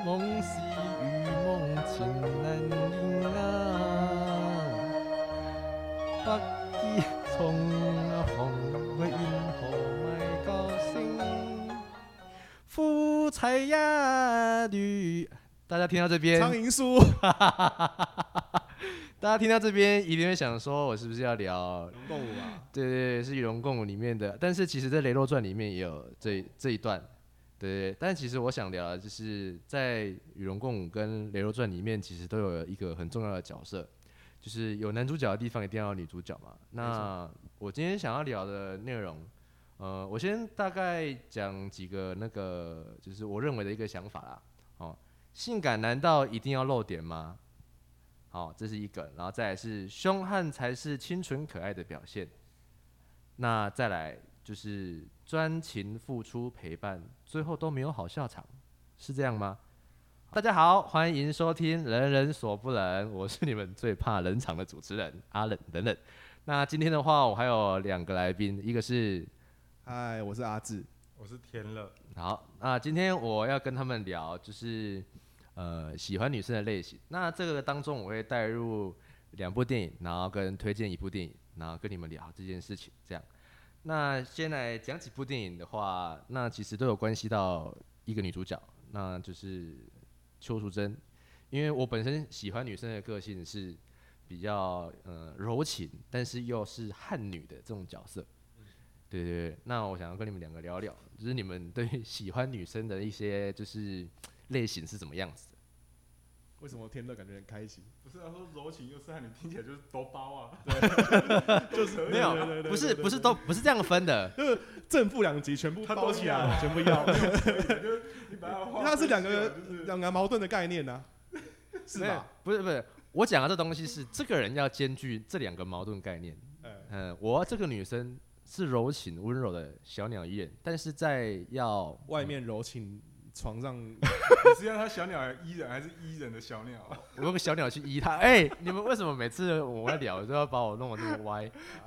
梦是与梦情难迎啊，北极葱啊红会因何卖高兴？福彩呀绿，大家听到这边， 苍蝇叔， 大家听到这边一定会想说，我是不是要聊龙共舞啊？ 对对对，是与龙共舞里面的，但是其实在《雷洛传》里面也有这一段，对，但其实我想聊的就是在与龙共舞跟《雷洛传》里面，其实都有一个很重要的角色，就是有男主角的地方一定要有女主角嘛。那我今天想要聊的内容，我先大概讲几个那个，就是我认为的一个想法啦。哦，性感难道一定要露点吗？好，这是一个，然后再来是凶悍才是清纯可爱的表现。那再来就是专情付出陪伴，最后都没有好下场，是这样吗？大家好，欢迎收听《人人所不能》，我是你们最怕冷场的主持人阿冷等等。那今天的话，我还有2个来宾，一个是嗨，我是阿志， 我是天乐。 好，那今天我要跟他们聊，就是喜欢女生的类型。那这个当中我会带入2部电影，然后跟推荐1部电影，然后跟你们聊这件事情。这样，那先来讲几部电影的话，那其实都有关系到一个女主角，那就是邱淑贞。因为我本身喜欢女生的个性是比较柔情，但是又是悍女的这种角色。对对对，那我想要跟你们2个聊聊，就是你们对喜欢女生的一些就是类型是怎么样子的？ 为什么天乐感觉很开心？ 不是啊，说柔情又是汉，你听起来就是都包啊。 就是没有，不是这样分的， 就是正负2极全部包起来，全部要。 就是你把它它是两个矛盾的概念呢，是吧？ 不是，我讲的这东西是这个人要兼具这2个矛盾概念。我这个女生是柔情温柔的小鸟依人，但是在要外面柔情，床上你是要他小鸟依人，还是依人的小鸟？ 我用个小鸟去依它。你们为什么每次我在聊都要把我弄得这么歪？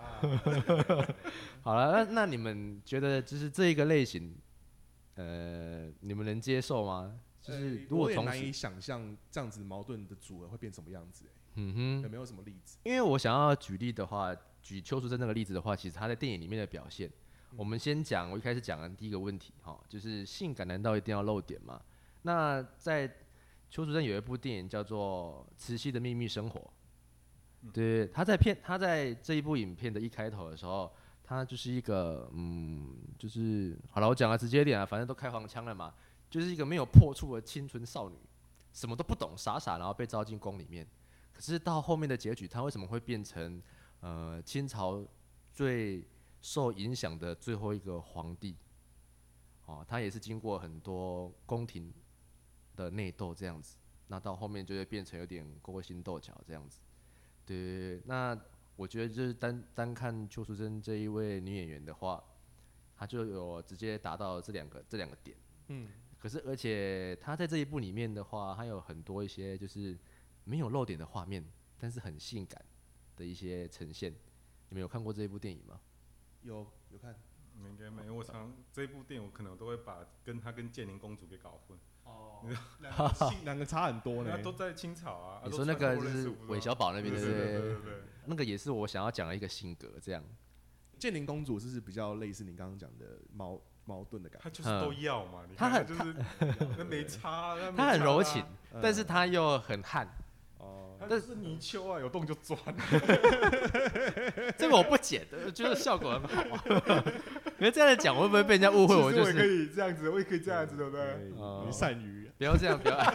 好了，那你们觉得就是这一个类型，你们能接受吗？就是如果我也同时， 难以想象这样子矛盾的组合会变什么样子。有没有什么例子？ 因为我想要举例的话，举邱淑贞那个例子的话，其实她在电影里面的表现，我们先讲我一开始讲的第一个问题，就是性感难道一定要露点吗？那在邱淑贞有一部电影叫做《慈禧的秘密生活》，对，她在这一部影片的一开头的时候，她就是一个就是好了，我讲的直接一点啊，反正都开黄腔了嘛，就是一个没有破处的清纯少女，什么都不懂，傻傻然后被招进宫里面。可是到后面的结局，她为什么会变成清朝最受影响的最后一个皇帝？她也是经过很多宫廷的内斗这样子，那到后面就会变成有点勾心斗角这样子。对，那我觉得就是单看邱淑贞这一位女演员的话，她就有直接达到这两个点。可是而且她在这一部里面的话，她有很多一些就是没有露点的画面，但是很性感的一些呈现。你们有看过这一部电影吗？ 有看。 应该没有，我这部电影我可能都会把她跟建宁公主给搞混。 两个差很多呢。 都在清朝啊。 你说那个就是韦小宝那边， 对， 那个也是我想要讲的一个性格这样。 建宁公主是比较类似你刚刚讲的矛盾的感觉， 她就是都要嘛， 她就是没差， 她很柔情，但是她又很悍。 但是泥鳅啊，有洞就钻。 这个我不剪的，觉得效果很好啊。可是这样讲会不会被人家误会？我就是可以这样子，我也可以这样子，对不对？ 你善于不要这样，不要。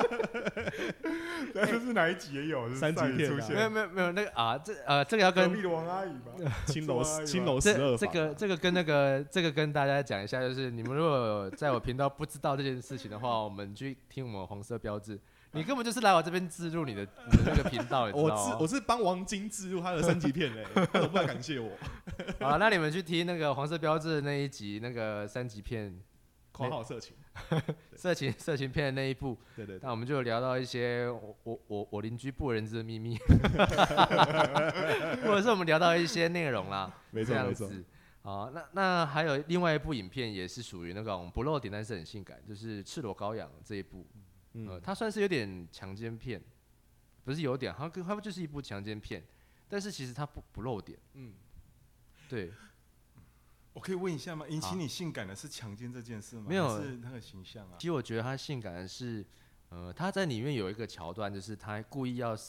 这是哪一集也有三级片出现？ 没有那个啊，这个要跟隔壁的王阿姨吧， 青楼12房。 这个跟大家讲一下，就是你们如果在我频道不知道这件事情的话，我们去听我们黄色标志。你根本就是来我这边置入你的那个频道，你知道吗？ 我是帮王晶置入他的3级片嘞，他怎么不来感谢我？ 好了，那你们去听那个黄色标志的那一集，那个3级片， 括号色情， 色情片的那一部， 对。 那我们就聊到一些我邻居不为人知的秘密，或者是我们聊到一些内容啦， 没错没错。 好，那还有另外一部影片也是属于那种不露点但是很性感，就是《赤裸羔羊》这一部。 它算是有点强奸片，不是有点，它就是一部强奸片，但是其实它不露点，对。 我可以问一下吗？引起你性感的是强奸这件事吗？ 没有， 还是那个形象啊。 其实我觉得他性感的是，他在里面有一个桥段，就是他故意要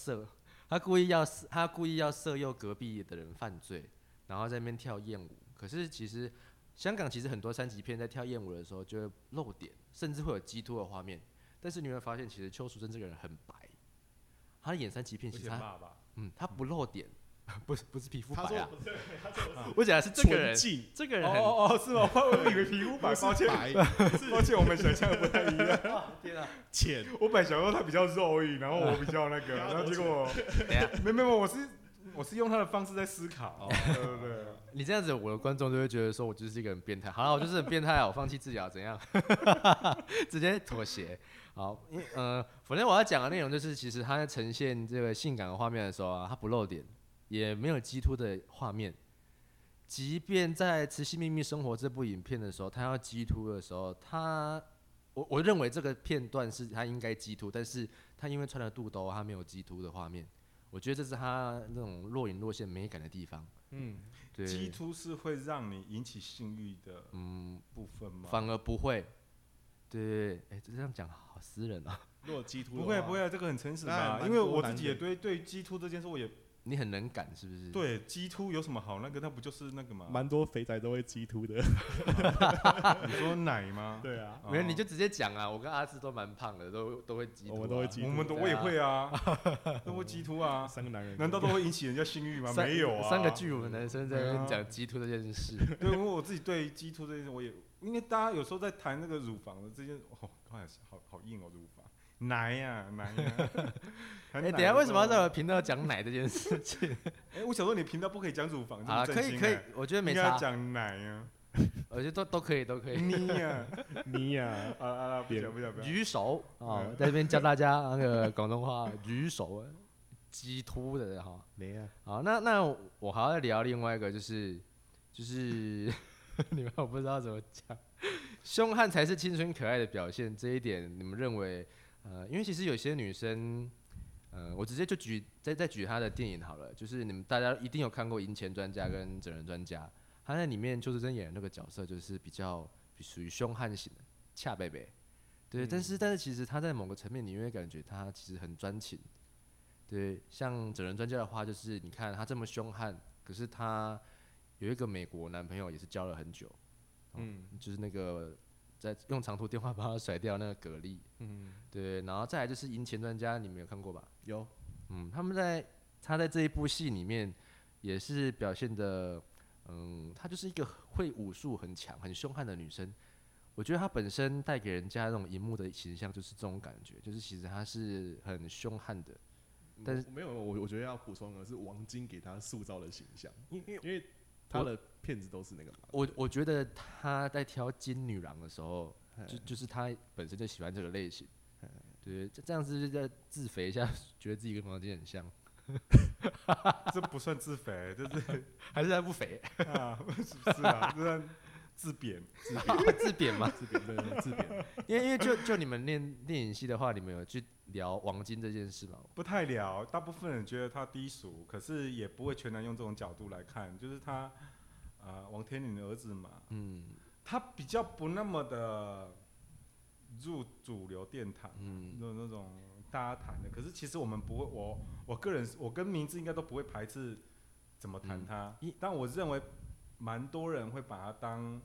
色诱隔壁的人犯罪，然后在那边跳艳舞。可是其实香港其实很多3级片在跳艳舞的时候就会露点，甚至会有激突的画面。但是你会发现，其实邱淑贞这个人很白，他演3级片其实他不露点。不是皮肤白啊，我讲的是这个人，这个人是吗？我以为皮肤白，抱歉，抱歉，我们想象的不太一样。 天啊， 浅，我本来想说他比较肉欲，然后我比较那个，然后结果没有，我是用他的方式在思考，对。 你这样子，我的观众就会觉得说我就是一个很变态。好了，我就是很变态啊，我放弃治疗怎样？直接妥协。好，反正我要讲的内容就是，其实他在呈现这个性感的画面的时候啊，他不露点。也没有激突的画面，即便在《慈禧秘密生活》这部影片的时候，他要激突的时候，我认为这个片段是他应该激突，但是他因为穿了肚兜，他没有激突的画面。我觉得这是他那种若隐若现美感的地方。对。 激突是会让你引起性欲的部分吗？ 反而不会。对，这样讲好私人啊。 如果激突不会，这个很诚实吧？因为我自己也对激突这件事我也。 你很能感是不是？ 对，激突有什么好那个？那不就是那个吗？ 蛮多肥仔都会激突的。 你说奶吗？ 对啊， 没有你就直接讲啊！我跟阿志都蛮胖的，都会激突。 我们都会激突， 我也会啊，都会激突啊。 3个男人难道都会引起人家性欲吗？没有啊。 3个巨乳的男生在那边讲激突这件事。 对，因为我自己对激突这件事，我也因为大家有时候在谈那个乳房的这件，好硬哦，乳房。奶呀。 等一下为什么要在我频道讲奶这件事情？ 我想说你频道不可以讲乳房， 啊，可以，我觉得没差。 应该讲奶呀， 我觉得都可以。 你呀，不讲。 举手啊，在这边教大家那个广东话，举手，激突的哈。 没啊。 好，那我还要聊另外一个，就是你们我不知道怎么讲，凶悍才是青春可爱的表现。这一点你们认为？因为其实有些女生，我直接就再举她的电影好了，就是你们大家一定有看过《银钱专家》跟《整人专家》，她在里面邱淑贞演的那个角色就是比较属于凶悍型的，恰贝贝，对，但是其实她在某个层面，你会感觉她其实很专情，对，像《整人专家》的话，就是你看她这么凶悍，可是她有一个美国男朋友也是交了很久，就是那个。在用长途电话把他甩掉那个蛤蜊，对，然后再来就是《银钱专家》，你们有看过吧？ 有， 他在这一部戏里面也是表现的，她就是一个会武术很强、很凶悍的女生。我觉得她本身带给人家那种荧幕的形象就是这种感觉，就是其实她是很凶悍的。但是没有，我觉得要补充的是王晶给她塑造的形象，因为他的片子都是那个嘛。 我觉得他在挑金女郎的时候，就是他本身就喜欢这个类型，对，这样子就在自肥一下，觉得自己跟王晶很像。 这不算自肥，这是还是他不肥啊？是啊，这算自贬， 自贬吗？ 对，自贬。 因为就你们练电影系的话，你们有去聊王晶这件事吗？ 不太聊，大部分人觉得他低俗，可是也不会全然用这种角度来看，就是他，王天林的儿子嘛，他比较不那么的入主流殿堂，那种大家谈的。可是其实我们不会，我个人我跟明志应该都不会排斥怎么谈他，但我认为蛮多人会把他当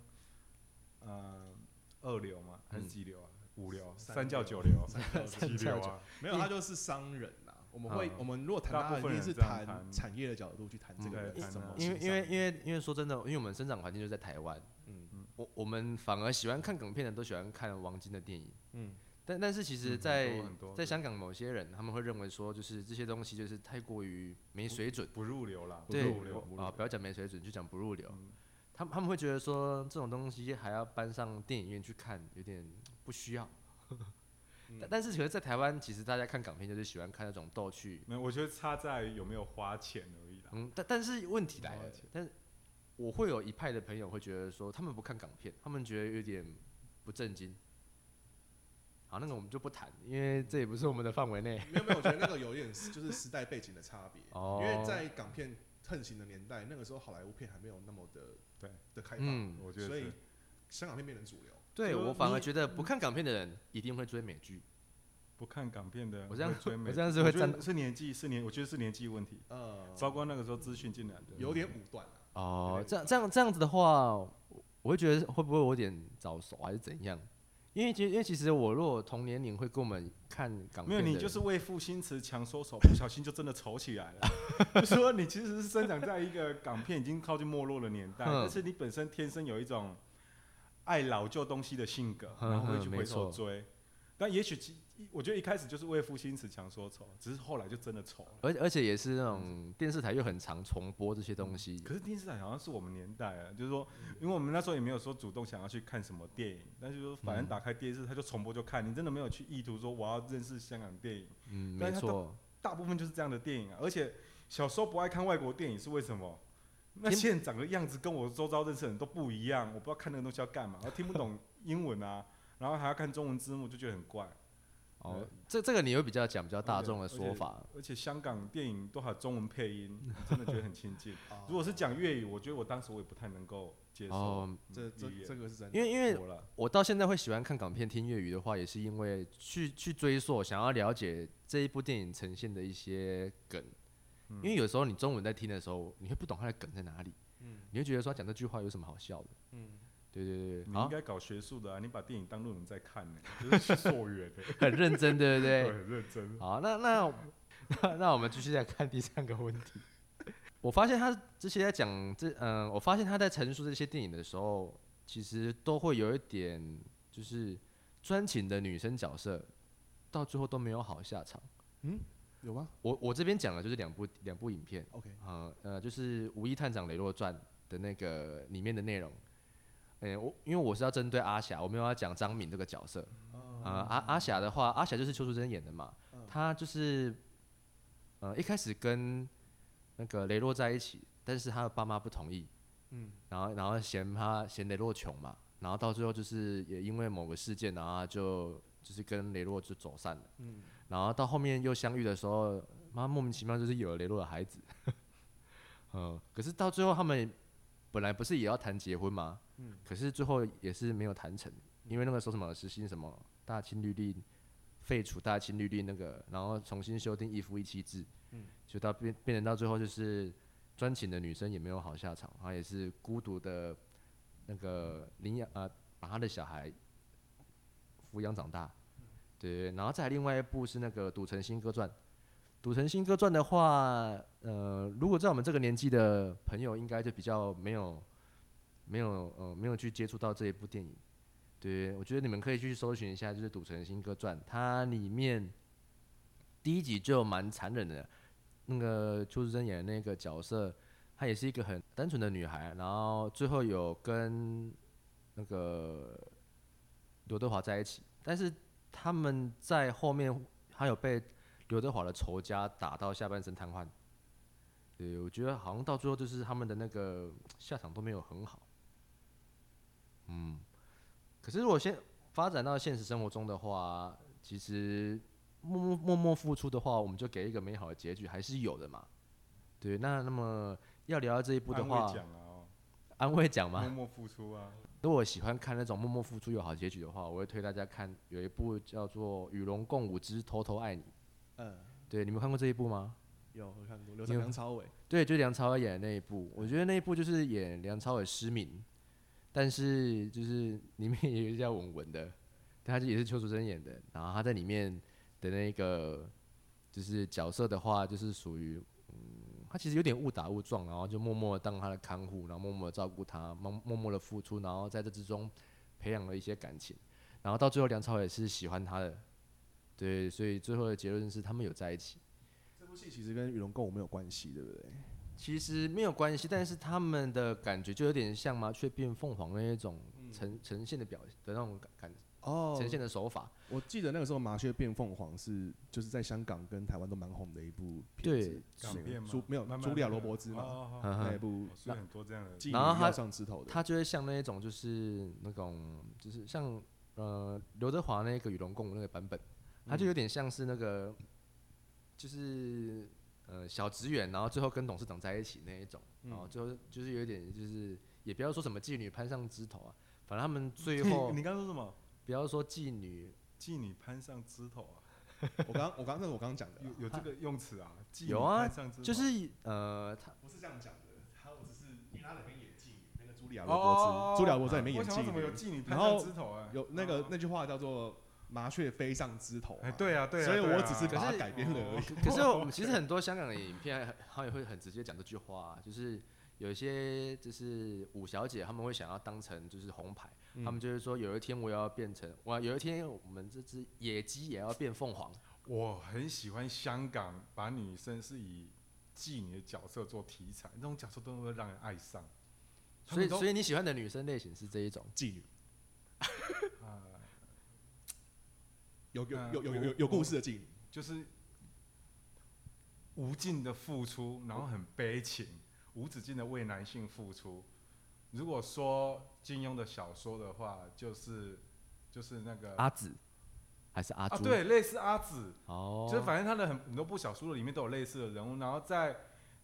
二流嘛，还是几流啊？5流、3教9流、7流啊？ 没有，他就是商人啊。我们如果谈他，一定是谈产业的角度去谈这个人什么。 因为说真的，因为我们生长环境就在台湾，我们反而喜欢看港片的都喜欢看王晶的电影，但是其实在香港某些人他们会认为说，就是这些东西就是太过于没水准， 不入流啦， 对啊，不要讲没水准，就讲不入流。他们会觉得说这种东西还要搬上电影院去看，有点不需要。但是可是在台湾，其实大家看港片就是喜欢看那种逗趣。 没有，我觉得差在有没有花钱而已啦。 但是问题来了，但是我会有一派的朋友会觉得说，他们不看港片，他们觉得有点不正经。 好，那个我们就不谈，因为这也不是我们的范围内。 没有，我觉得那个有点就是时代背景的差别。因为在港片横行的年代，那个时候好莱坞片还没有那么的开放， 我觉得所以香港片变成主流。 对，我反而觉得不看港片的人一定会追美剧。 不看港片的， 我这样是会站， 是年纪，我觉得是年纪问题。糟糕，那个时候资讯进来的， 有点武断这样子的话，我会觉得会不会有点早熟还是怎样？因为其实我如果同年龄会跟我们看港片， 没有，你就是为赋新词强说愁，不小心就真的愁起来了。就说你其实是生长在一个港片已经靠近没落的年代，但是你本身天生有一种爱老旧东西的性格，然后会去回头追。但也许我觉得一开始就是为赋新词强说愁，只是后来就真的愁了。 而且也是那种电视台又很常重播这些东西。 可是电视台好像是我们年代啊，就是说，因为我们那时候也没有说主动想要去看什么电影，但是说反正打开电视它就重播就看，你真的没有去意图说我要认识香港电影。 没错， 大部分就是这样的电影啊。而且小时候不爱看外国电影是为什么？那现长的样子跟我周遭认识的人都不一样，我不知道看那个东西要干嘛，我听不懂英文啊，然后还要看中文字幕，就觉得很怪。 这个你会比较大众的说法， 而且香港电影都还有中文配音，真的觉得很亲近。如果是讲粤语，我觉得我当时我也不太能够接受。 这个是真的。 因为我到现在会喜欢看港片听粤语的话，也是因为去追溯，想要了解这一部电影呈现的一些梗。因为有时候你中文在听的时候，你会不懂它的梗在哪里，你会觉得说讲这句话有什么好笑的。对， 你应该搞学术的啊！你把电影当论文在看呢，就是溯源的， 很认真，对不对？ 对，很认真。 好，那我们继续来看第3个问题。我发现他这些在讲我发现他在陈述这些电影的时候，其实都会有一点就是专情的女生角色，到最后都没有好下场。 有吗？ 我这边讲的就是两部影片。 OK。 就是《无义探长雷洛传》的那个里面的内容。因为我是要针对阿霞，我没有要讲张敏这个角色。阿霞的话，阿霞就是邱淑贞演的嘛。她就是一开始跟那个雷洛在一起，但是他的爸妈不同意。然后嫌雷洛穷嘛，然后到最后就是也因为某个事件，然后就是跟雷洛就走散了。然后到后面又相遇的时候，莫名其妙就是有了雷洛的孩子。可是到最后他们本来不是也要谈结婚吗？可是最后也是没有谈成，因为那个时候什么实行什么大清律令，废除大清律令那个，然后重新修订一夫一妻制，就变成到最后就是专情的女生也没有好下场，她也是孤独的那个把她的小孩抚养长大。对，然后再来另外一部是那个《赌城新歌传》。《赌城新歌传》的话，如果在我们这个年纪的朋友，应该就比较没有去接触到这一部电影。对，我觉得你们可以去搜寻一下，就是《赌城新歌传》，它里面第1集就蛮残忍的。那个邱淑贞演的那个角色，她也是一个很单纯的女孩，然后最后有跟那个刘德华在一起，但是他们在后面还有被刘德华的仇家打到下半身瘫痪。对，我觉得好像到最后就是他们的那个下场都没有很好。可是如果先发展到现实生活中的话，其实默默付出的话，我们就给一个美好的结局还是有的嘛。对，那么要聊到这一部的话，安慰奖吗？ 默默付出啊。 如果喜欢看那种默默付出有好结局的话，我会推大家看有一部叫做《与龙共舞之偷偷爱你》。对，你们看过这一部吗？ 有，我看过，梁朝伟。 对，就是梁朝伟演的那一部。我觉得那一部就是演梁朝伟失明，但是就是里面也有一叫文文的，他也是邱淑贞演的。然后他在里面的那个就是角色的话，就是属于他其实有点误打误撞，然后就默默地当他的看护，然后默默地照顾他，默默地付出，然后在这之中培养了一些感情，然后到最后梁朝伟是喜欢他的。对，所以最后的结论是他们有在一起。 这部戏其实跟《与龙共舞》没有关系，对不对？ 其实没有关系，但是他们的感觉就有点像麻雀变凤凰那一种呈现的的那种呈现的手法。 我记得那个时候《麻雀变凤凰》就是在香港跟台湾都蛮红的一部片子。 对，港片吗？ 没有，茱莉亚·罗伯兹嘛，那一部是很多这样的。 然后他就会像那一种，就是那种，就是像刘德华那个与龙共舞那个版本，他就有点像是那个就是小职员，然后最后跟董事长在一起那一种，然后就是有点就是也不要说什么妓女攀上枝头啊，反正他们最后你刚刚说什么？ 不要说妓女攀上枝头啊？ 我刚刚讲的有这个用词啊？ 有啊，就是他不是这样讲的，我只是因为他里面演妓女，那个茱莉亚·罗伯兹，茱莉亚·罗伯兹里面演妓女， 怎么有妓女攀上枝头啊？ 有那句话叫做麻雀飞上枝头， 对啊， 所以我只是把它改编了而已。 可是我们其实很多香港的影片，他也会很直接讲这句话，就是有一些就是五小姐，他们会想要当成就是红牌，他们就是说有一天我要变成，有一天我们这只野鸡也要变凤凰。 我很喜欢香港把女生是以妓女的角色做题材，那种角色都会让人爱上。 所以你喜欢的女生类型是这一种妓女，有故事的妓女， 就是无尽的付出，然后很悲情，无止境的为男性付出。如果说金庸的小说的话，就是那个阿紫还是阿朱？ 对，类似阿紫。 就是反正他的很多部小说里面都有类似的人物，然后在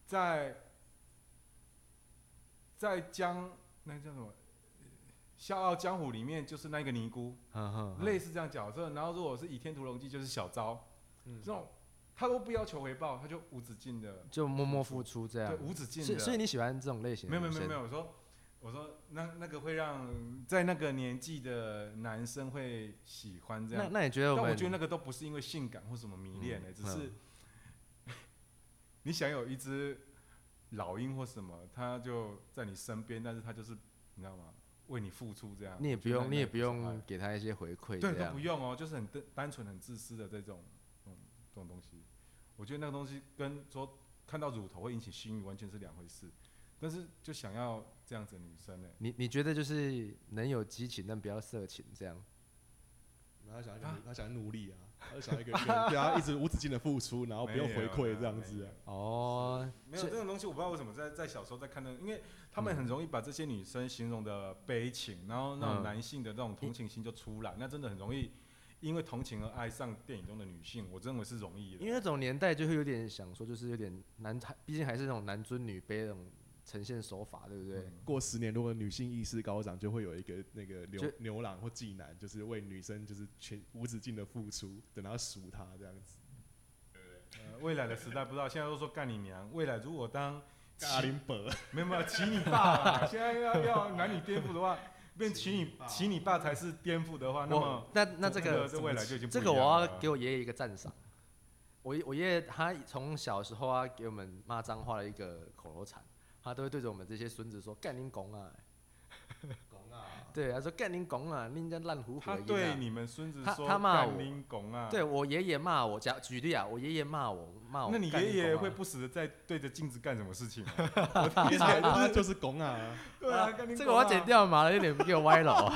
那叫什么《笑傲江湖》里面就是那个尼姑，类似这样角色。然后如果是《倚天屠龙记》就是小昭，这种他都不要求回报，他就无止境的就默默付出这样， 对，无止境的。 所以你喜欢这种类型的女生？ 没有，我说那个会让在那个年纪的男生会喜欢这样。 那你觉得？ 但我觉得那个都不是因为性感或什么迷恋的，只是你想有一只老鹰或什么，它就在你身边，但是它就是你知道吗？为你付出这样。你也不用给他一些回馈， 对，都不用哦，就是很单纯、很自私的这种东西。我觉得那个东西跟说看到乳头会引起性欲完全是两回事。但是就想要这样子的女生呢？ 你觉得就是能有激情，但不要色情这样？ 他想努力啊，他想一个对啊，一直无止境的付出，然后不用回馈这样子。 没有这种东西，我不知道为什么在小时候在看因为他们很容易把这些女生形容的悲情，然后那种男性的那种同情心就出来，那真的很容易因为同情而爱上电影中的女性，我认为是容易的。 因为那种年代就会有点想说，就是有点毕竟还是那种男尊女卑那种呈现手法，对不对？ 过10年，如果女性意识高涨，就会有一个那个牛郎或妓男，就是为女生就是无止境的付出，等她赎她这样子。 未来的时代不知道，现在都说干你娘。未来如果当干林伯， 没有骑你爸，现在要男女颠覆的话，变骑你爸才是颠覆的话， 那这个未来就已经不一样了。 这个我要给我爷爷一个赞赏。我爷爷他从小时候啊给我们骂脏话的一个口头禅。他都会对着我们这些孙子说：“干您公啊！”对，他说：“干您公啊，您这烂糊糊。” 他对你们孙子说：“ 他骂我。” 干您公啊！ 对我爷爷骂我，举例啊，我爷爷骂我。 那你爷爷会不时的在对着镜子干什么事情吗？ 他就是公啊。 对啊，干您公啊。 这个我要剪掉嘛，有点给我歪了。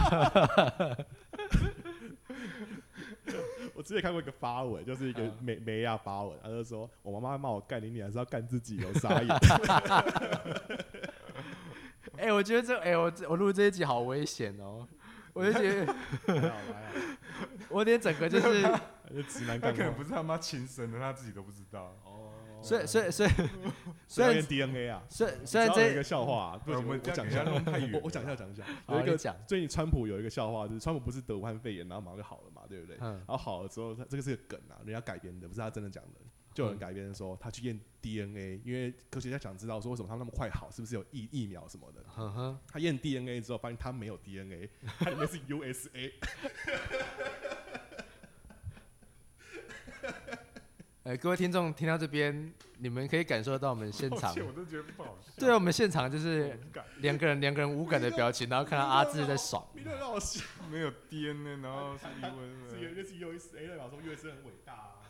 我之前看过一个发文，就是一个梅亚发文，他就说我妈妈骂我干你还是要干自己，有傻眼。 我觉得我录这一集好危险哦，我就觉得，我有点整个就是直男， 他可能不是他妈亲生的，他自己都不知道。 所以验 DNA 啊，虽然这一个笑话，我讲一下，我讲一下，有一个最近川普有一个笑话，就是川普不是得武汉肺炎，然后马上就好了嘛，对不对？然后好了之后，这个是个梗啊，人家改编的，不是他真的讲的，就有人改编说他去验 DNA， 因为科学家想知道说为什么他那么快好，是不是有疫苗什么的？他验 DNA 之后发现他没有 DNA， 他里面是 USA。 各位听众听到这边，你们可以感受到我们现场， 我都觉得不好笑。 对，我们现场就是两个人无感的表情，然后看到阿志在爽。 没有 DNA， 然后是 USA， 代表说 USA 很伟大啊。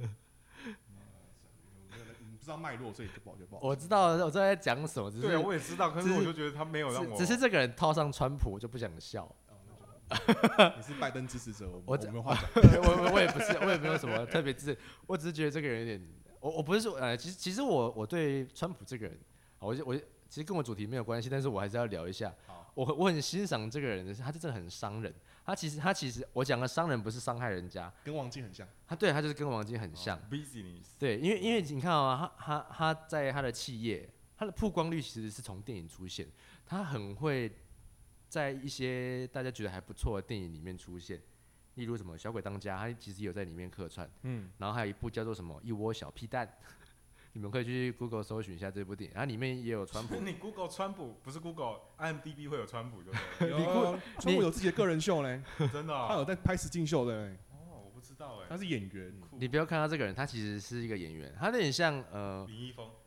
你不知道脉络，所以就不好。 我知道在讲什么，只是对，我也知道，可是我就觉得他没有让我。 只是这个人套上川普，我就不想笑。 你是拜登支持者， 我没有话讲。 我也不是，我也没有什么特别我只是觉得这个人有点，我不是说其实我对川普这个人，我其实跟我主题没有关系，但是我还是要聊一下。 我很欣赏这个人的是，他真的很伤人。他其实我讲的伤人不是伤害人家， 跟王晶很像。 他就是跟王晶很像。 business。 对，因为你看啊，他在他的企业，他的曝光率其实是从电影出现，他很会在一些大家觉得还不错的电影里面出现，例如什么《小鬼当家》，他其实有在里面客串。然后还有一部叫做什么《一窝小屁蛋》。你们可以去 Google 搜寻一下这部电影，它里面也有川普。 你 Google 川普不是 Google，IMDB 会有川普，对不对？川普有自己的个人秀嘞， 真的、哦， 他有在拍实境秀的嘞。 哦，我不知道哎， 他是演员。 你不要看他这个人，他其实是一个演员，他有点像林一峰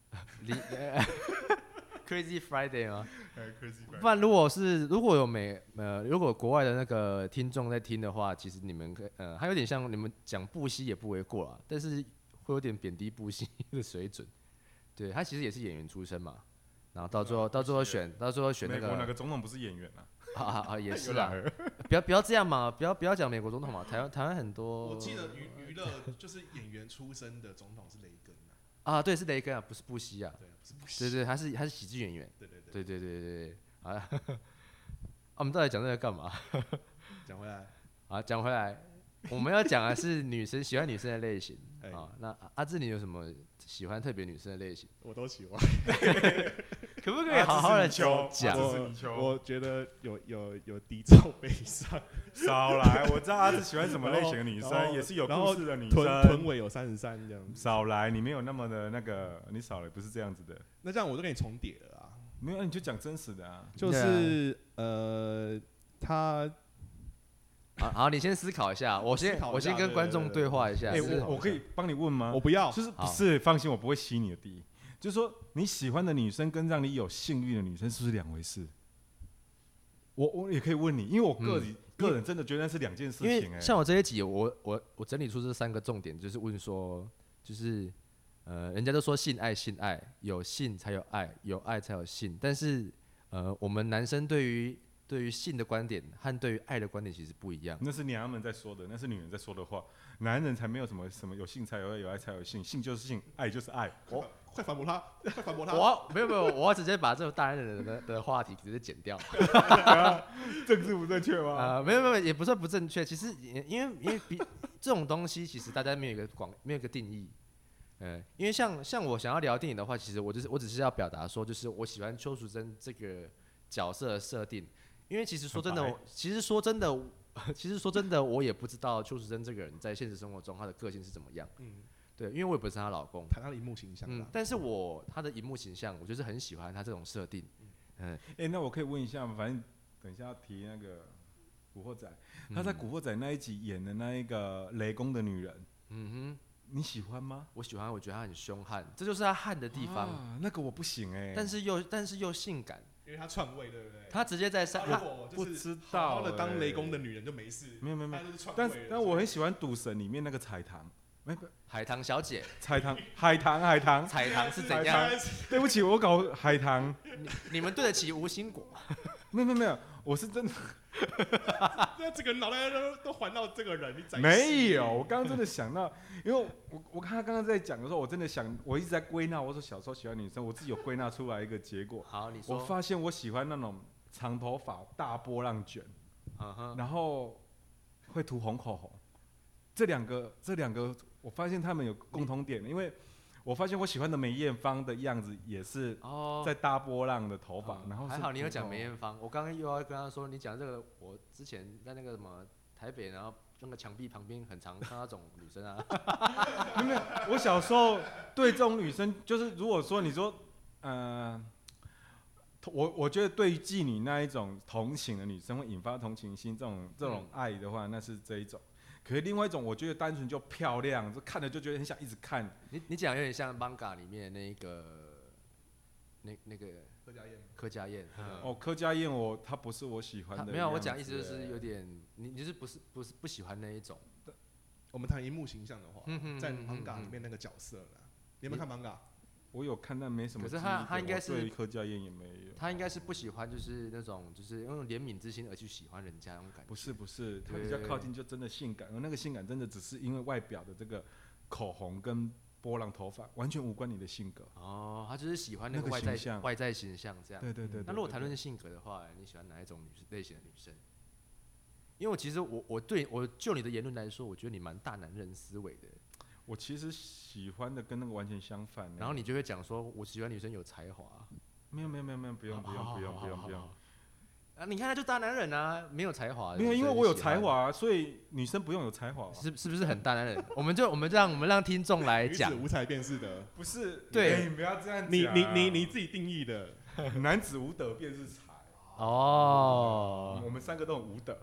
，Crazy Friday 吗 ？Crazy Friday。 不然如果有如果国外的那个听众在听的话，其实你们他有点像你们讲布希也不为过啦，但是。会有点贬低布希的水准，对他其实也是演员出身嘛，然后到最后选那个美国哪个总统不是演员啊？ 也是啊，不要这样嘛，不要讲美国总统嘛，台湾很多。 我记得娱乐就是演员出身的总统是雷根啊，对，是雷根啊，不是布希啊， 对，不是布希， 对，他是喜剧演员， 对， 好了，我们到底讲这个干嘛？ 讲回来， 我们要讲的是喜欢女生的类型。那阿志，你有什么喜欢特别女生的类型？ 我都喜欢。 可不可以好好的讲？ 我觉得有低噪悲伤。 少来，我知道阿志喜欢什么类型的女生，也是有故事的女生。 臀围有33这样子。 少来，你没有那么的那个，你少来不是这样子的。 那这样我都跟你重叠了啊。 没有，你就讲真实的啊。 就是他。 好，你先思考一下，我先跟观众对话一下。 我可以帮你问吗？ 我不要， 就是不是放心，我不会吸你的地。就是说，你喜欢的女生跟让你有性欲的女生是不是两回事？我也可以问你，因为我个人真的觉得那是两件事情。 因为像我这一集，我整理出这3个重点，就是问说，就是人家都说性爱，有性才有爱，有爱才有性，但是我们男生对于性的观点和对于爱的观点其实不一样。 那是娘们在说的，那是女人在说的话。男人才没有什么有性才有爱，有爱才有性，性就是性，爱就是爱。 快反驳他！ 没有，我要直接把这种大男人的话题直接剪掉。 政治不正确吗？ 没有，也不算不正确。其实因为这种东西，其实大家没有一个定义。因为像我想要聊电影的话，其实我只是要表达说，就是我喜欢邱淑贞这个角色的设定。因为其实说真的，我也不知道邱淑贞这个人在现实生活中她的个性是怎么样。对，因为我也不是她老公， 谈她的荧幕形象。 但是她的荧幕形象，我就是很喜欢她这种设定。 那我可以问一下吗？反正等一下要提那个《古惑仔》，他在《古惑仔》那一集演的那一个雷公的女人，你喜欢吗？ 我喜欢，我觉得她很凶悍，这就是她悍的地方。 那个我不行但是又性感。 因为他篡位，对不对？ 他直接在不知道， 好好的当雷公的女人就没事。 没有。但我很喜欢《赌神》里面那个彩棠， 海棠小姐。 海棠彩棠是怎样？ 对不起，我搞海棠。 你们对得起吴兴国？ 没有，我是真的。 那这个脑袋都环到这个人，你没有？我刚刚真的想到，因为我看他刚刚在讲的时候，我真的我一直在归纳。我说小时候喜欢女生，我自己有归纳出来一个结果。 好，你说。 我发现我喜欢那种长头发、大波浪卷，然后会涂红口红。这两个，我发现他们有共同点，因为我发现我喜欢的梅艳芳的样子也是在大波浪的头发，然后还好你有讲梅艳芳，我刚刚又要跟他说，你讲这个，我之前在那个什么台北，然后那个墙壁旁边很常看那种女生啊。 没有，我小时候对这种女生，就是如果说你说，我觉得对于妓女那一种同情的女生会引发同情心，这种爱的话，那是这一种。可是另外一种，我觉得单纯就漂亮，就看了就觉得很想一直看。 你讲有点像 manga 里面那个柯佳嬿。 柯佳嬿她不是我喜欢的。 没有，我讲意思就是有点，你就是不喜欢那一种。 我们谈荧幕形象的话，在 manga 里面那个角色啦，你有没有看 manga？ 我有看，但没什么。 可是他应该是对柯佳嬿也没有。 他应该是不喜欢，就是那种就是用怜悯之心而去喜欢人家那种感觉。 不是，他比较靠近就真的性感，而那个性感真的只是因为外表的这个口红跟波浪头发，完全无关你的性格。 哦，他就是喜欢那个外在形象这样。 对。 那如果谈论性格的话，你喜欢哪一种类型的女生？因为其实我就你的言论来说，我觉得你蛮大男人思维的。 我其实喜欢的跟那个完全相反。 然后你就会讲说，我喜欢女生有才华。 没有，不用。 啊，你看他就大男人啊，没有才华。 没有，因为我有才华，所以女生不用有才华。 是不是很大男人？我们让听众来讲。 女子无才便是德。 不是， 对， 你不要这样讲。 你自己定义的。 男子无德便是才。 哦。 我们3个都很无德。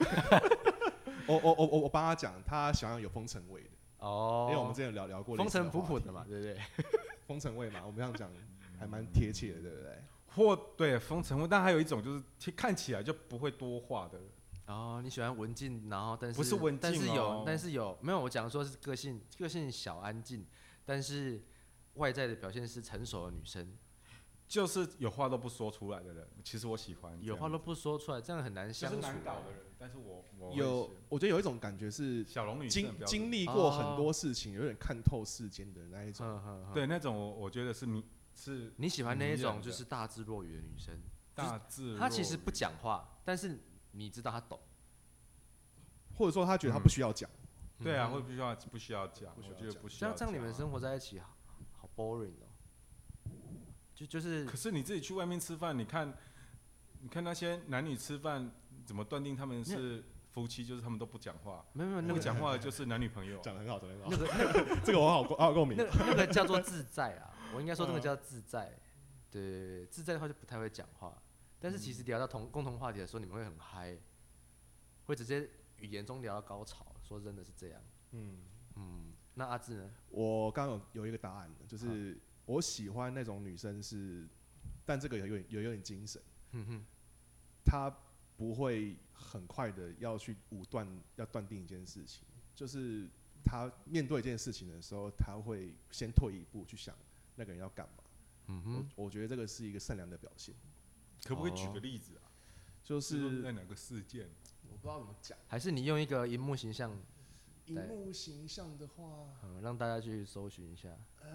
我帮他讲，他想要有风尘味的。 哦。 因为我们之前聊过。 风尘仆仆的嘛，对不对？ 风尘味嘛，我们这样讲还蛮贴切的，对不对？ 对风尘味，但还有一种就是看起来就不会多话的。 哦，你喜欢文静，然后但是不是文静但是有没有？我讲说是个性小安静，但是外在的表现是成熟的女生， 就是有话都不说出来的人。其实我喜欢有话都不说出来，这样很难相处。 就是难搞的人，但是我觉得有一一种感觉是小龙女经历过很多事情，有点看透世间的那一种。 对，那种我觉得是你喜欢那一种就是大智若愚的女生。 大智若愚， 她其实不讲话，但是你知道她懂， 或者说她觉得她不需要讲。 对啊，会不需要讲，我觉得不需要。 这样你们生活在一起好 boring 哦。就是。 可是你自己去外面吃饭，你看那些男女吃饭，怎么断定他们是夫妻？就是他们都不讲话。 没有， 那个讲话的就是男女朋友。 讲得很好。那个这个我好共鸣。 那个叫做自在啊。我应该说那个叫自在，对，自在的话就不太会讲话，但是其实聊到共同话题的时候，你们会很嗨，会直接语言中聊到高潮。说真的是这样。那阿志呢？ 我刚刚有一个答案，就是我喜欢那种女生是，但这个有点精神。她不会很快的要去要断定一件事情，就是她面对一件事情的时候，她会先退一步去想。那个人要干嘛？我觉得这个是一个善良的表现。 可不可以举个例子啊？ 就是在哪个事件？ 我不知道怎么讲。 还是你用一个荧幕形象？ 荧幕形象的话， 让大家去搜寻一下。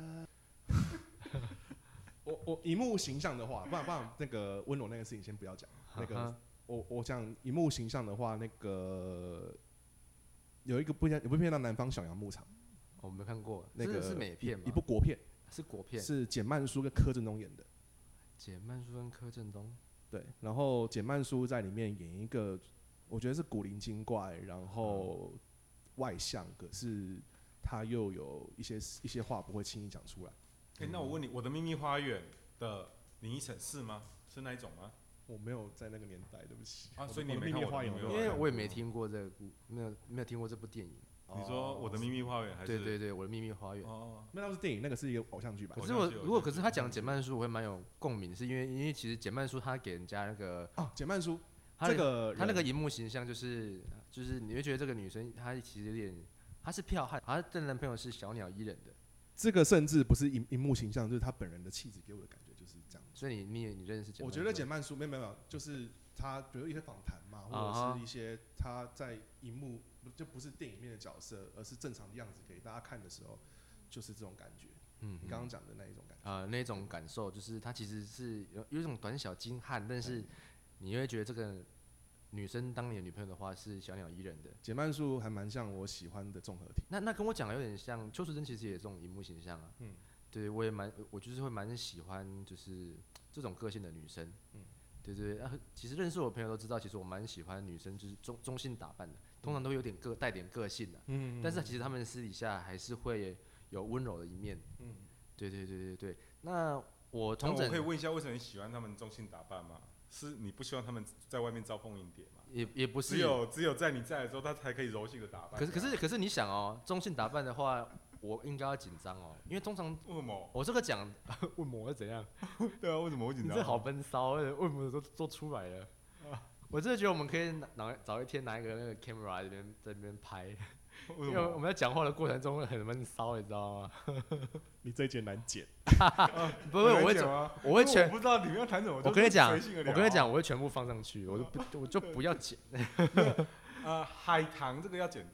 我荧幕形象的话，不然那个温柔那个事情先不要讲。那个我讲荧幕形象的话，那个有一部片叫《南方小羊牧场》。 我没看过，那个是美片吗？ 一部国片。 是国片， 是简嫚书跟柯震东演的。 简嫚书跟柯震东， 对，然后简嫚书在里面演一个，我觉得是古灵精怪，然后外向，可是他又有一些话不会轻易讲出来。 那我问你，《我的秘密花园》的林依晨是吗？是那一种吗？ 我没有在那个年代，对不起。 所以你没看过， 因为我也没听过这个没有听过这部电影。 你说我的秘密花园还是？ 对，我的秘密花园。 那是电影，那个是一个偶像剧吧？ 可是可是他讲简嫚书，我会蛮有共鸣，是因为其实简嫚书他给人家那个简嫚书这个他那个荧幕形象就是你会觉得这个女生她其实有点，她是剽悍，她的男朋友是小鸟依人的。 这个甚至不是荧幕形象，就是她本人的气质给我的感觉就是这样。 所以你认识简嫚书？ 我觉得简嫚书没有，就是他比如一些访谈嘛，或者是一些他在荧幕就不是电影里面的角色，而是正常的样子给大家看的时候，就是这种感觉。你刚刚讲的那一种感觉。 那种感受就是他其实是有一种短小精悍，但是你会觉得这个女生当你的女朋友的话是小鸟依人的。 简嫚书还蛮像我喜欢的综合体。 那跟我讲的有点像，邱淑贞其实也有这种荧幕形象啊。对，我就是会蛮喜欢就是这种个性的女生。对，其实认识我的朋友都知道，其实我蛮喜欢女生就是中性打扮的，通常都有点带点个性的。但是其实他们私底下还是会有温柔的一面。对。那我可以问一下，为什么你喜欢他们中性打扮吗？是你不希望他们在外面招蜂引蝶吗？ 也不是， 只有在你在的时候，他才可以柔性的打扮。 可是你想哦，中性打扮的话，我应该要紧张哦，因为通常为什么我这个讲为什么会怎样？ 对啊，为什么会紧张？ 你这好闷骚，为什么都出来了？我真的觉得我们可以找一天拿一个那个 camera 在那边拍。因为我们在讲话的过程中会很闷骚，你知道吗？ 你这一节难剪。 不是，我会全， 我不知道你们要谈什么。 我跟你讲，我会全部放上去，我就不要剪。 海棠这个要剪掉。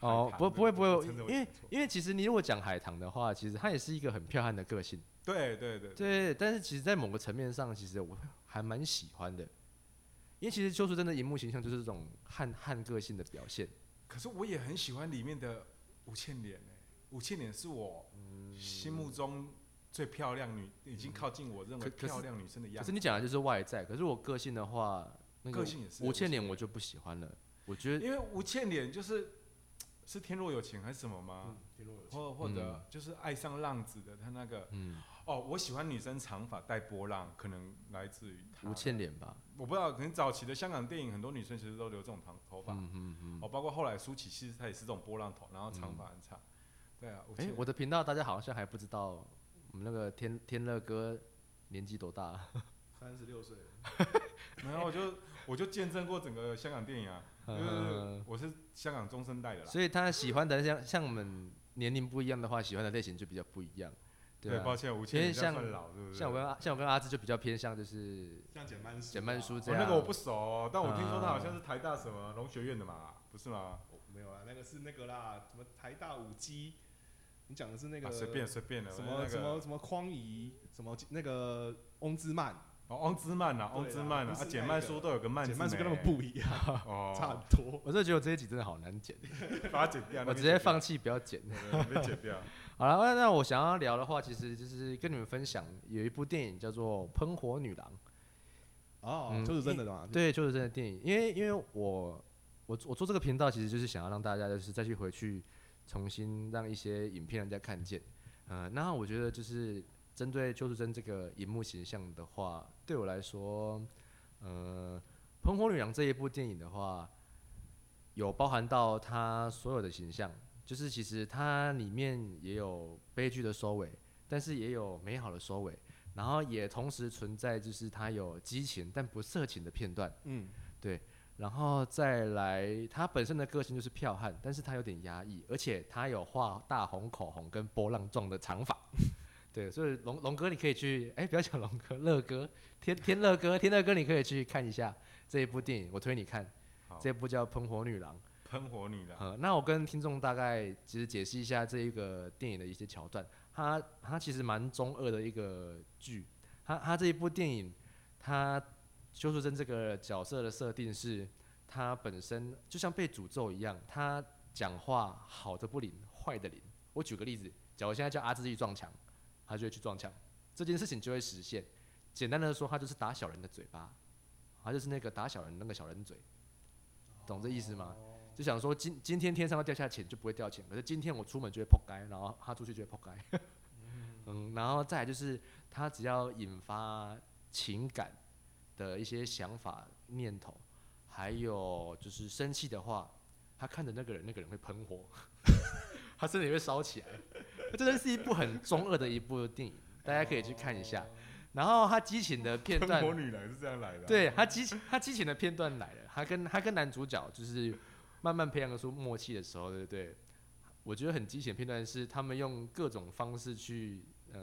哦，不会，因为其实你如果讲海棠的话，其实它也是一个很漂亮的个性。 对， 但是其实，在某个层面上，其实我还蛮喜欢的，因为其实邱淑贞的荧幕形象就是这种汉个性的表现。 可是我也很喜欢里面的吴倩莲，吴倩莲是我心目中最漂亮已经靠近我认为漂亮女生的样子。 可是你讲的就是外在，可是我个性的话， 个性也是吴倩莲我就不喜欢了。我觉得， 因为吴倩莲是天若有情还是什么吗？ 天若有情， 或者就是爱上浪子的他那个。我喜欢女生长发带波浪，可能来自于吴倩莲吧。 我不知道，可能早期的香港电影很多女生其实都留这种长头发。包括后来舒淇，其实她也是这种波浪头，然后长发很长。对啊。 我的频道大家好像还不知道，我们那个天乐哥年纪多大 ？36岁。 没有，我就见证过整个香港电影啊。我是香港中生代的啦。 所以他喜欢的像我们年龄不一样的话，喜欢的类型就比较不一样。 对，抱歉，吴倩莲算老，对不对？ 像我跟阿志就比较偏向就是像简曼书这样。 那个我不熟，但我听说他好像是台大什么农学院的嘛，不是吗？ 没有啊，那个是那个啦，什么台大五基，你讲的是那个随便的， 什么匡仪，什么那个翁之曼。 翁之曼啊，简曼书都有个曼字， 简曼书跟他们不一样，差很多。 我真的觉得我这一集真的好难剪， 把它剪掉。 我直接放弃，不要剪， 别剪掉。 好了，那我想要聊的话，其实就是跟你们分享有一部电影叫做《喷火女郎》。 邱淑贞的嘛？ 对，邱淑贞的电影。因为我做这个频道，其实就是想要让大家就是再去回去重新让一些影片人家看见。那我觉得就是针对邱淑贞这个荧幕形象的话，对我来说，《喷火女郎》这一部电影的话，有包含到她所有的形象。就是其实它里面也有悲剧的收尾，但是也有美好的收尾，然后也同时存在就是它有激情但不色情的片段。对，然后再来它本身的个性就是剽悍，但是它有点压抑，而且它有画大红口红跟波浪状的长发。对，所以龙哥你可以去，不要讲龙哥，乐哥，天乐哥你可以去看一下这一部电影，我推你看，这部叫《喷火女郎》。 喷火女郎。 那我跟听众大概其实解释一下这一个电影的一些桥段。它其实蛮中二的一个剧。它这一部电影，它邱淑贞这个角色的设定是，她本身就像被诅咒一样，她讲话好的不灵，坏的灵。我举个例子，假如现在叫阿志去撞墙，他就会去撞墙，这件事情就会实现。简单的说，他就是打小人的嘴巴，他就是那个打小人那个小人嘴，懂这意思吗？就想说今天天上要掉下钱就不会掉钱，可是今天我出门就会扑街，然后他出去就会扑街。然后再来就是他只要引发情感的一些想法念头，还有就是生气的话，他看着那个人会喷火，他身体会烧起来。这真是一部很中二的一部电影，大家可以去看一下。然后他激情的片段， 喷火女郎是这样来的。 对，他激情的片段来了，他跟男主角就是慢慢培养出默契的时候，对不对？我觉得很激情的片段是他们用各种方式去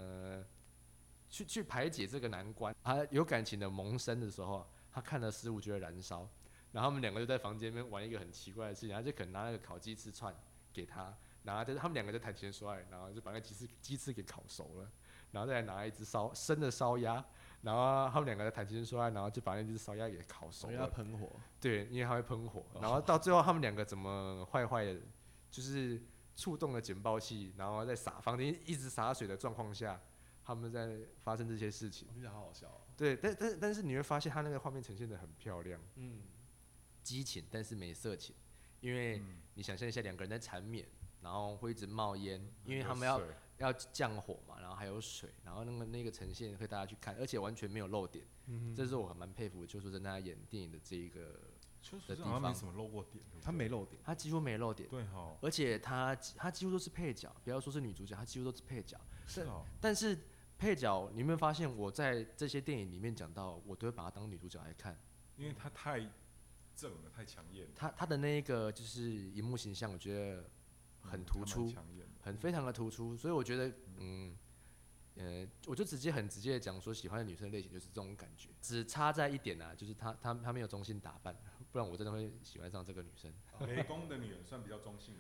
排解这个难关。他有感情的萌生的时候，他看了食物就会燃烧，然后他们两个就在房间里面玩一个很奇怪的事情，他就可能拿那个烤鸡翅串给他，然后他们两个就谈情说爱，然后就把那鸡翅给烤熟了。然后再来拿一只生的烧鸭，然后他们两个在谈情说爱，然后就把那只烧鸭给烤熟了。 要喷火。对， 因为它会喷火。然后到最后他们两个怎么坏的，就是触动了警报器，然后在房间一直洒水的状况下，他们在发生这些事情。 听起来好好笑哦。 对，但是你会发现他那个画面呈现得很漂亮。激情但是没色情，因为你想象一下两个人在缠绵，然后会一直冒烟，因为他们要降火嘛，然后还有水，然后那个呈现会大家去看，而且完全没有漏点。这是我很蛮佩服邱淑贞她演电影的这一个的地方。 好像没什么漏过点， 他没漏点， 他几乎没漏点。 对哈。 而且他几乎都是配角，不要说是女主角，他几乎都是配角。 是哦。 但是配角，你有没有发现我在这些电影里面讲到，我都会把她当女主角来看， 因为她太正了，太抢眼了。 她的那一个就是荧幕形象，我觉得很突出，非常的突出，所以我觉得，我就很直接的讲说，喜欢的女生类型就是这种感觉，只差在一点啊，就是她没有中性打扮，不然我真的会喜欢上这个女生。 雷公的女人算比较中性的哈。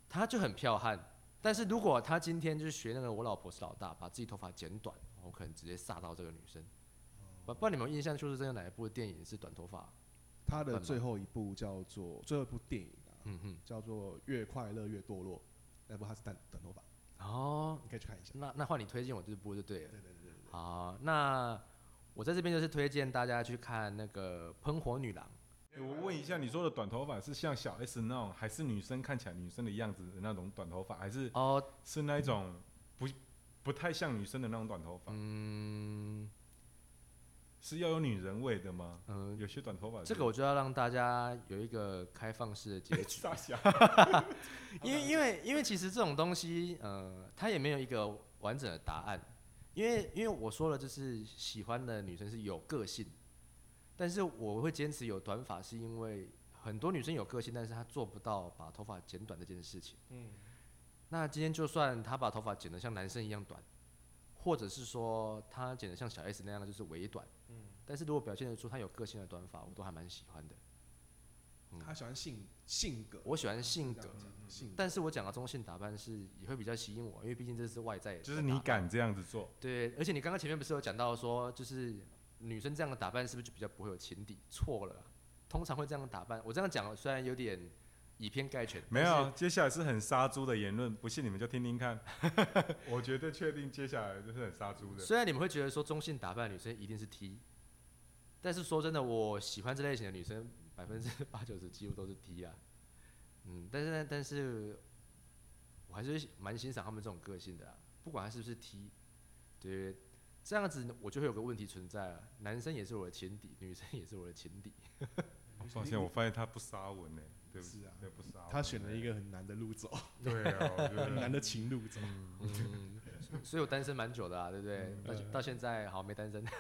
他就很剽悍。但是如果他今天就是学那个我老婆是老大，把自己头发剪短，我可能直接煞到这个女生。不知道你们有印象，就是这个哪一部电影是短头发？ 他的最后一部叫做最后一部电影啊，叫做《越快乐越堕落》，那部他是短头发。哦，你可以去看一下。 那换你推荐我这部就对了。 对。 好，那我在这边就是推荐大家去看那个《喷火女郎》。 我问一下，你说的短头发是像小 S 那种，还是女生看起来女生的样子的那种短头发，还是是那种不太像女生的那种短头发？是要有女人味的吗？有些短头发这个我就要让大家有一个开放式的结局。因为其实这种东西，它也没有一个完整的答案。因为我说了，就是喜欢的女生是有个性，但是我会坚持有短发，是因为很多女生有个性，但是她做不到把头发剪短这件事情。那今天就算她把头发剪得像男生一样短，或者是说她剪得像小 S 那样，就是微短。但是如果表现得出她有个性的短发，我都还蛮喜欢的。 他喜欢性格， 我喜欢性格，但是我讲的中性打扮是也会比较吸引我，因为毕竟这是外在的。 就是你敢这样子做。 对，而且你刚刚前面不是有讲到说，就是女生这样的打扮是不是就比较不会有情敌？错了，通常会这样的打扮。我这样讲虽然有点以偏概全， 没有，接下来是很杀猪的言论，不信你们就听听看。我绝对确定接下来就是很杀猪的。 虽然你们会觉得说中性打扮的女生一定是 T， 但是说真的，我喜欢这类型的女生80%-90%几乎都是 T 啊。但是我还是蛮欣赏他们这种个性的啊，不管他是不是 T， 对，这样子我就会有个问题存在了，男生也是我的情敌，女生也是我的情敌。 抱歉，我发现他不杀文呢。对， 是啊， 不杀文。 他选了一个很难的路走。 对啊，我觉得很难的情路走。 所以我单身蛮久的啊，对不对？到现在好没单身。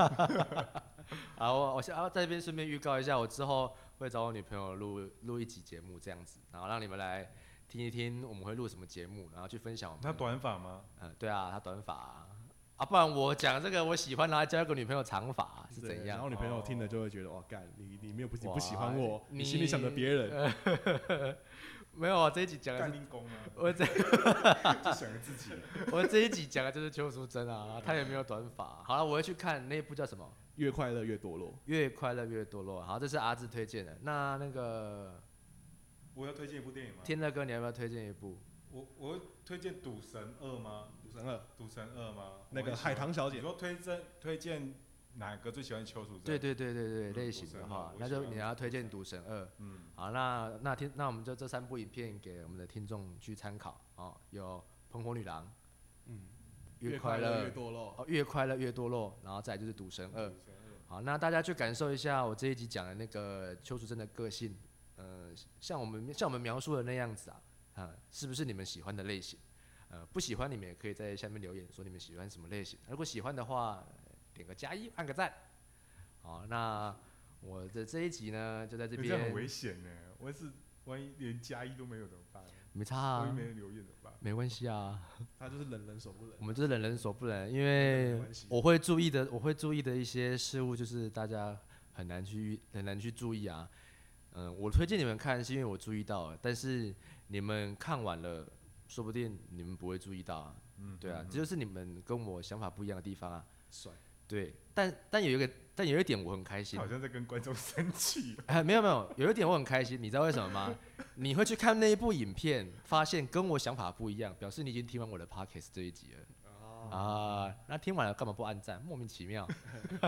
好，我在这边顺便预告一下，我之后会找我女朋友录一集节目这样子，然后让你们来听一听我们会录什么节目，然后去分享我们。 他短发吗？ 对啊，他短发啊，不然我讲这个我喜欢，然后交一个女朋友长发是怎样？ 然后女朋友听了就会觉得哇干，你没有你不喜欢我，你心里想着别人。 没有啊，这一集讲的是我就想着自己。 我这一集讲的就是邱淑贞啊，她也没有短发。好了，我会去看那一部叫什么？ 越快乐越堕落。 越快乐越堕落。好，这是阿志推荐的。那个， 我要推荐一部电影吗？ 天乐哥，你要不要推荐一部？ 我会推荐《赌神2》吗？赌神2吗？ 那个海棠小姐。 你说推荐哪个最喜欢邱淑贞？ 对，类型的话，那就你要推荐《赌神2》。好，那我们就这3部影片给我们的听众去参考哦。有《喷火女郎》， 越快乐越堕落， 越快乐越堕落，然后再来就是《赌神2》。好，那大家去感受一下我这一集讲的那个邱淑贞的个性，像我们描述的那样子啊，是不是你们喜欢的类型？不喜欢你们也可以在下面留言说你们喜欢什么类型。如果喜欢的话，点个+1，按个赞。好，那我的这一集呢就在这边。 这很危险呢，万一连+1都没有怎么办？ 没差啊， 万一没人留言怎么办？ 没关系啊， 他就是忍人所不忍。 我们就是忍人所不忍，因为我会注意的一些事物，就是大家很难去注意啊。我推荐你们看是因为我注意到了，但是你们看完了，说不定你们不会注意到啊。对啊，这就是你们跟我想法不一样的地方啊。 帅。 对，但有一点我很开心， 好像在跟观众生气。 没有，有一点我很开心，你知道为什么吗？你会去看那一部影片，发现跟我想法不一样，表示你已经听完我的 podcast 这一集了。那听完了干嘛不按赞？莫名其妙。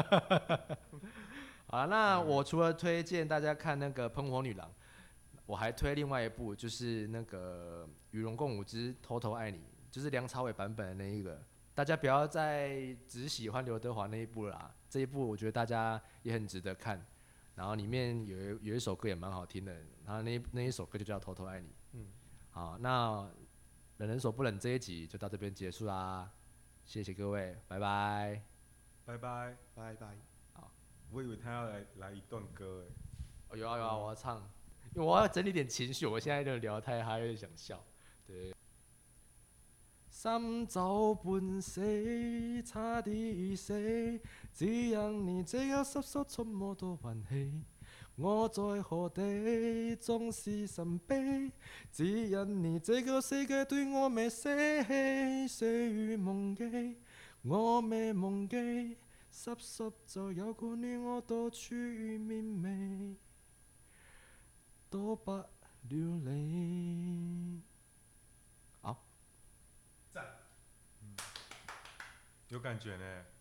好，那我除了推荐大家看那个《喷火女郎》，我还推另外一部，就是那个《与龙共舞之偷偷爱你》，就是梁朝伟版本的那一个。大家不要再只喜欢刘德华那一部了啦，这一部我觉得大家也很值得看。然后里面有一首歌也蛮好听的，然后那一首歌就叫《偷偷爱你》。好，那忍人所不忍这一集就到这边结束啦，谢谢各位，拜拜， 拜拜， 拜拜。 好，我以为他要来一段歌有啊，我要唱，因为我要整理点情绪，我现在就聊太嗨，有点想笑。对。三走半死，差啲死，只因你这样瑟瑟，怎么多运气？ 我在何地总是神秘，只因你这个世界对我没舍弃，岁月梦记，我未忘记，濕濕就有個你我到處綿味，多不了你。好， 讚，有感覺呢。